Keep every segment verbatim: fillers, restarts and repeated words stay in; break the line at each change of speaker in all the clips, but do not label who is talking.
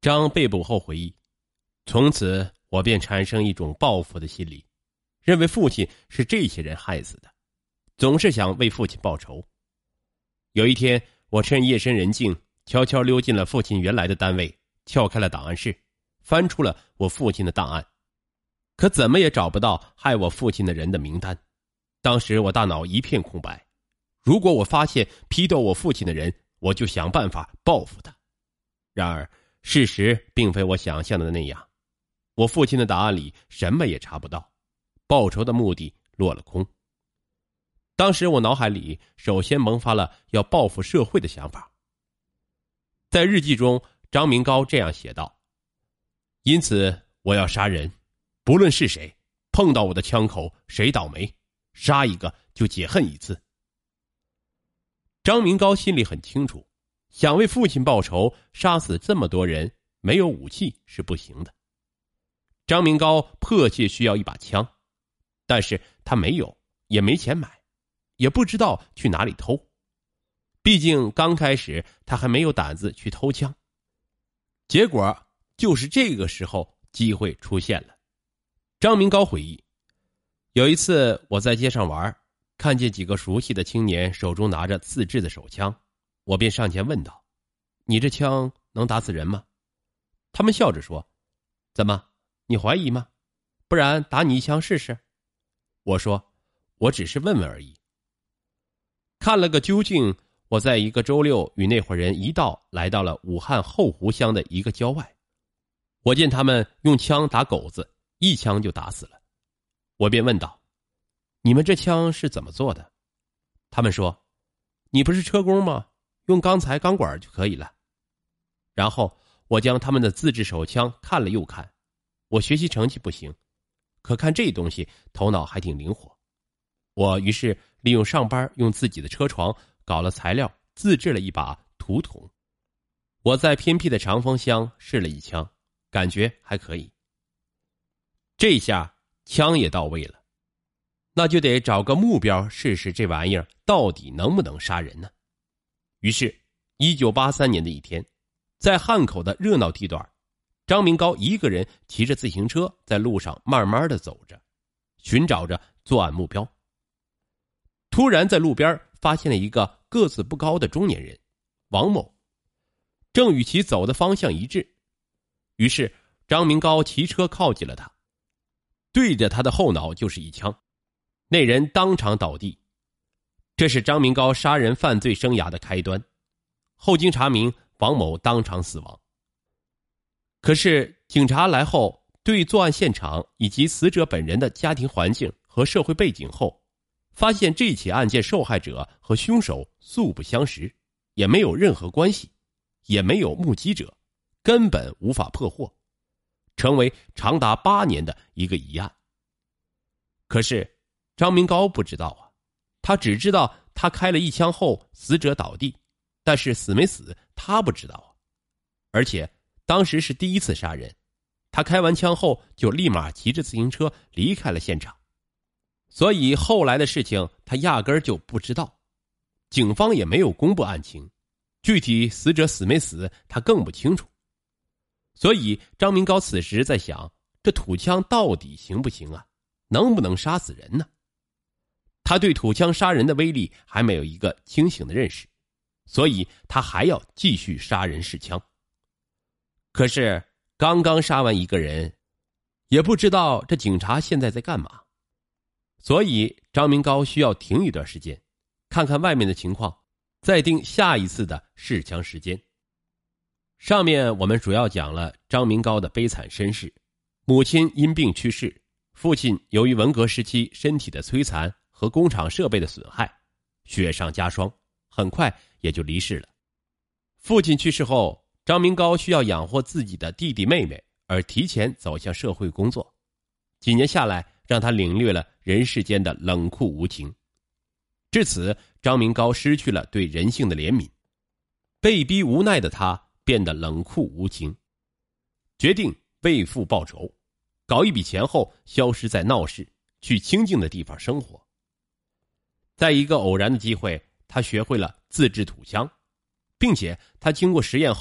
张被捕后回忆，从此我便产生一种报复的心理，认为父亲是这些人害死的，总是想为父亲报仇。有一天，我趁夜深人静，悄悄溜进了父亲原来的单位，撬开了档案室，翻出了我父亲的档案，可怎么也找不到害我父亲的人的名单。当时我大脑一片空白，如果我发现批斗我父亲的人，我就想办法报复他。然而事实并非我想象的那样，我父亲的档案里什么也查不到，报仇的目的落了空。当时我脑海里首先萌发了要报复社会的想法。在日记中，张明高这样写道：因此我要杀人，不论是谁，碰到我的枪口谁倒霉，杀一个就解恨一次。张明高心里很清楚，想为父亲报仇，杀死这么多人，没有武器是不行的。张明高迫切需要一把枪，但是他没有，也没钱买，也不知道去哪里偷。毕竟刚开始他还没有胆子去偷枪。结果就是这个时候机会出现了。张明高回忆，有一次我在街上玩，看见几个熟悉的青年手中拿着自制的手枪，我便上前问道：你这枪能打死人吗？他们笑着说：怎么，你怀疑吗？不然打你一枪试试。我说：我只是问问而已。看了个究竟，我在一个周六与那伙人一道来到了武汉后湖乡的一个郊外。我见他们用枪打狗子，一枪就打死了。我便问道：你们这枪是怎么做的？他们说：你不是车工吗？用钢材钢管就可以了。然后我将他们的自制手枪看了又看，我学习成绩不行，可看这东西头脑还挺灵活。我于是利用上班用自己的车床搞了材料，自制了一把土桶。我在偏僻的长风乡试了一枪，感觉还可以。这下枪也到位了，那就得找个目标试试这玩意儿到底能不能杀人呢？于是一九八三年的一天，在汉口的热闹地段，张明高一个人骑着自行车在路上慢慢的走着，寻找着作案目标。突然在路边发现了一个个子不高的中年人王某，正与其走的方向一致。于是张明高骑车靠近了他，对着他的后脑就是一枪，那人当场倒地。这是张明高杀人犯罪生涯的开端。后经查明，王某当场死亡。可是警察来后，对作案现场以及死者本人的家庭环境和社会背景后，发现这起案件受害者和凶手素不相识，也没有任何关系，也没有目击者，根本无法破获，成为长达八年的一个疑案。可是张明高不知道啊，他只知道他开了一枪后死者倒地，但是死没死他不知道啊。而且当时是第一次杀人，他开完枪后就立马骑着自行车离开了现场，所以后来的事情他压根儿就不知道。警方也没有公布案情，具体死者死没死他更不清楚。所以张明高此时在想，这土枪到底行不行啊？能不能杀死人呢？他对土枪杀人的威力还没有一个清醒的认识，所以他还要继续杀人试枪。可是刚刚杀完一个人，也不知道这警察现在在干嘛，所以张明高需要停一段时间，看看外面的情况，再定下一次的试枪时间。上面我们主要讲了张明高的悲惨身世，母亲因病去世，父亲由于文革时期身体的摧残和工厂设备的损害，雪上加霜，很快也就离世了。父亲去世后，张明高需要养活自己的弟弟妹妹，而提前走向社会工作。几年下来，让他领略了人世间的冷酷无情。至此，张明高失去了对人性的怜悯，被逼无奈的他变得冷酷无情，决定为父报仇，搞一笔钱后消失在闹市，去清静的地方生活。在一个偶然的机会，他学会了自制土枪，并且他经过实验后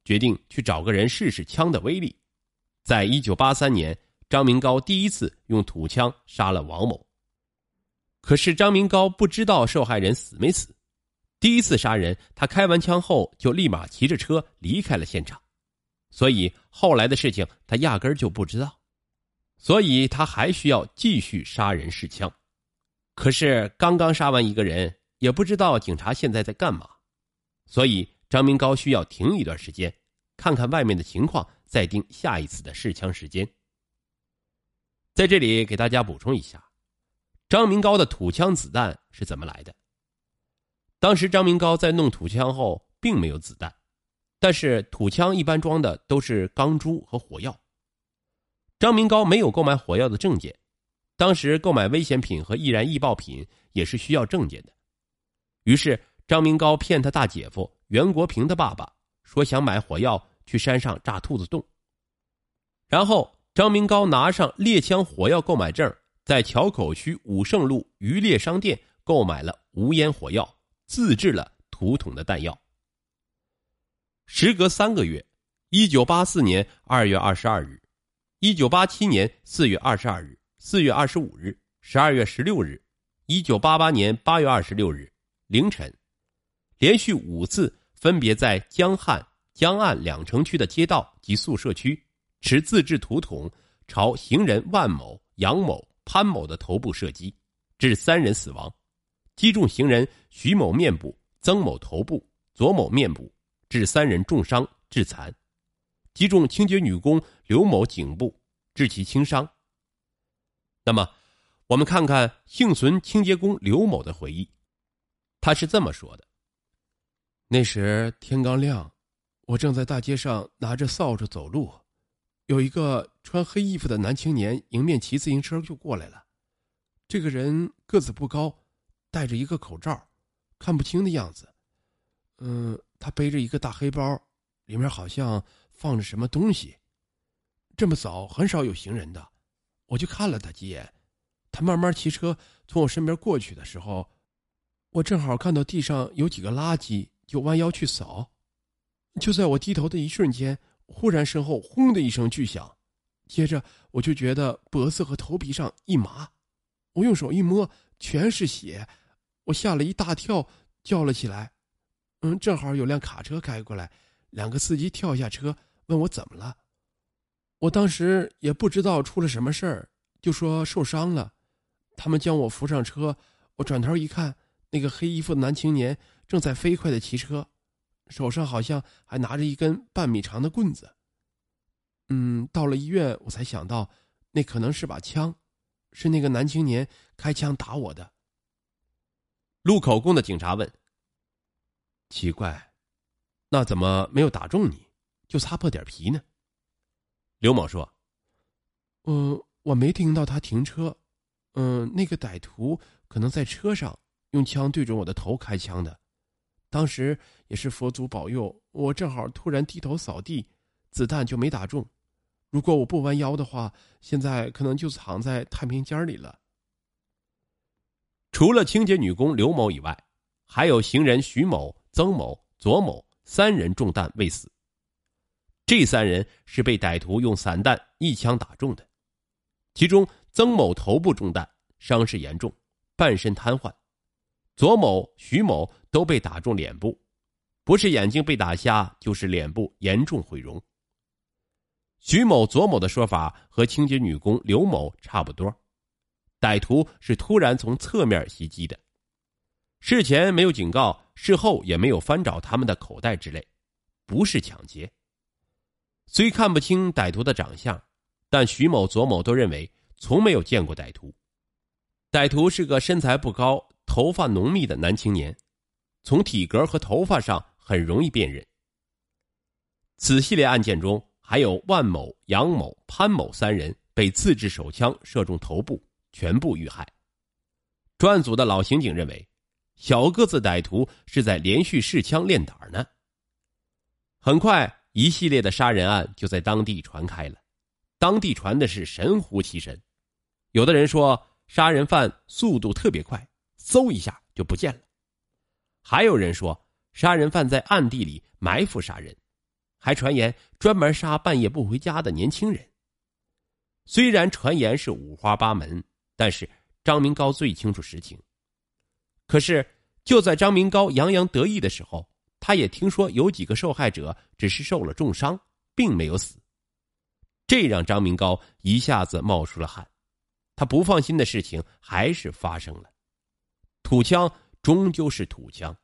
决定去找个人试试枪的威力。在一九八三年，张明高第一次用土枪杀了王某。可是张明高不知道受害人死没死，第一次杀人，他开完枪后就立马骑着车离开了现场，所以后来的事情他压根儿就不知道，所以他还需要继续杀人试枪。可是刚刚杀完一个人，也不知道警察现在在干嘛，所以张明高需要停一段时间，看看外面的情况，再定下一次的试枪时间。在这里给大家补充一下，张明高的土枪子弹是怎么来的。当时张明高在弄土枪后并没有子弹，但是土枪一般装的都是钢珠和火药。张明高没有购买火药的证件，当时购买危险品和易燃易爆品也是需要证件的。于是张明高骗他大姐夫袁国平的爸爸，说想买火药去山上炸兔子洞。然后张明高拿上猎枪火药购买证，在桥口区武胜路渔猎商店购买了无烟火药，自制了土桶的弹药。时隔三个月，一九八四年二月二十二日、一九八七年四月二十二日、四月二十五日、十二月十六日、一九八八年八月二十六日凌晨，连续五次分别在江汉、江岸两城区的街道及宿舍区持自制土桶朝行人万某、杨某、潘某的头部射击，致三人死亡，击中行人徐某面部、曾某头部、左某面部，致三人重伤致残，击中清洁女工刘某颈部，致其轻伤。那么我们看看幸存清洁工刘某的回忆，他是这么说的：
那时天刚亮，我正在大街上拿着扫帚走路，有一个穿黑衣服的男青年迎面骑自行车就过来了。这个人个子不高，戴着一个口罩，看不清的样子。嗯，他背着一个大黑包，里面好像放着什么东西。这么早很少有行人的，我就看了他几眼。他慢慢骑车从我身边过去的时候，我正好看到地上有几个垃圾，就弯腰去扫。就在我低头的一瞬间，忽然身后轰的一声巨响，接着我就觉得脖子和头皮上一麻，我用手一摸，全是血，我吓了一大跳，叫了起来。嗯，正好有辆卡车开过来，两个司机跳下车问我怎么了。我当时也不知道出了什么事儿，就说受伤了。他们将我扶上车，我转头一看，那个黑衣服的男青年正在飞快地骑车，手上好像还拿着一根半米长的棍子。嗯，到了医院我才想到，那可能是把枪，是那个男青年开枪打我的。
录口供的警察问：奇怪，那怎么没有打中你，就擦破点皮呢？刘某说：
嗯，我没听到他停车。嗯，那个歹徒可能在车上用枪对准我的头开枪的。当时也是佛祖保佑，我正好突然低头扫地，子弹就没打中。如果我不弯腰的话，现在可能就藏在太平间里了。
除了清洁女工刘某以外，还有行人徐某、曾某、左某三人中弹未死。这三人是被歹徒用散弹一枪打中的，其中曾某头部中弹，伤势严重，半身瘫痪；左某、徐某都被打中脸部，不是眼睛被打瞎，就是脸部严重毁容。徐某、左某的说法和清洁女工刘某差不多，歹徒是突然从侧面袭击的，事前没有警告，事后也没有翻找他们的口袋之类，不是抢劫。虽看不清歹徒的长相，但徐某、左某都认为从没有见过歹徒。歹徒是个身材不高、头发浓密的男青年，从体格和头发上很容易辨认。此系列案件中还有万某、杨某、潘某三人被自制手枪射中头部，全部遇害。专案组的老刑警认为，小个子歹徒是在连续试枪练胆呢。很快，一系列的杀人案就在当地传开了，当地传的是神乎其神。有的人说杀人犯速度特别快，嗖一下就不见了；还有人说杀人犯在暗地里埋伏杀人； 还传言专门杀半夜不回家的年轻人。虽然传言是五花八门，但是张明高最清楚实情。可是就在张明高洋洋得意的时候，他也听说有几个受害者只是受了重伤，并没有死。这让张明高一下子冒出了汗。他不放心的事情还是发生了。土枪终究是土枪，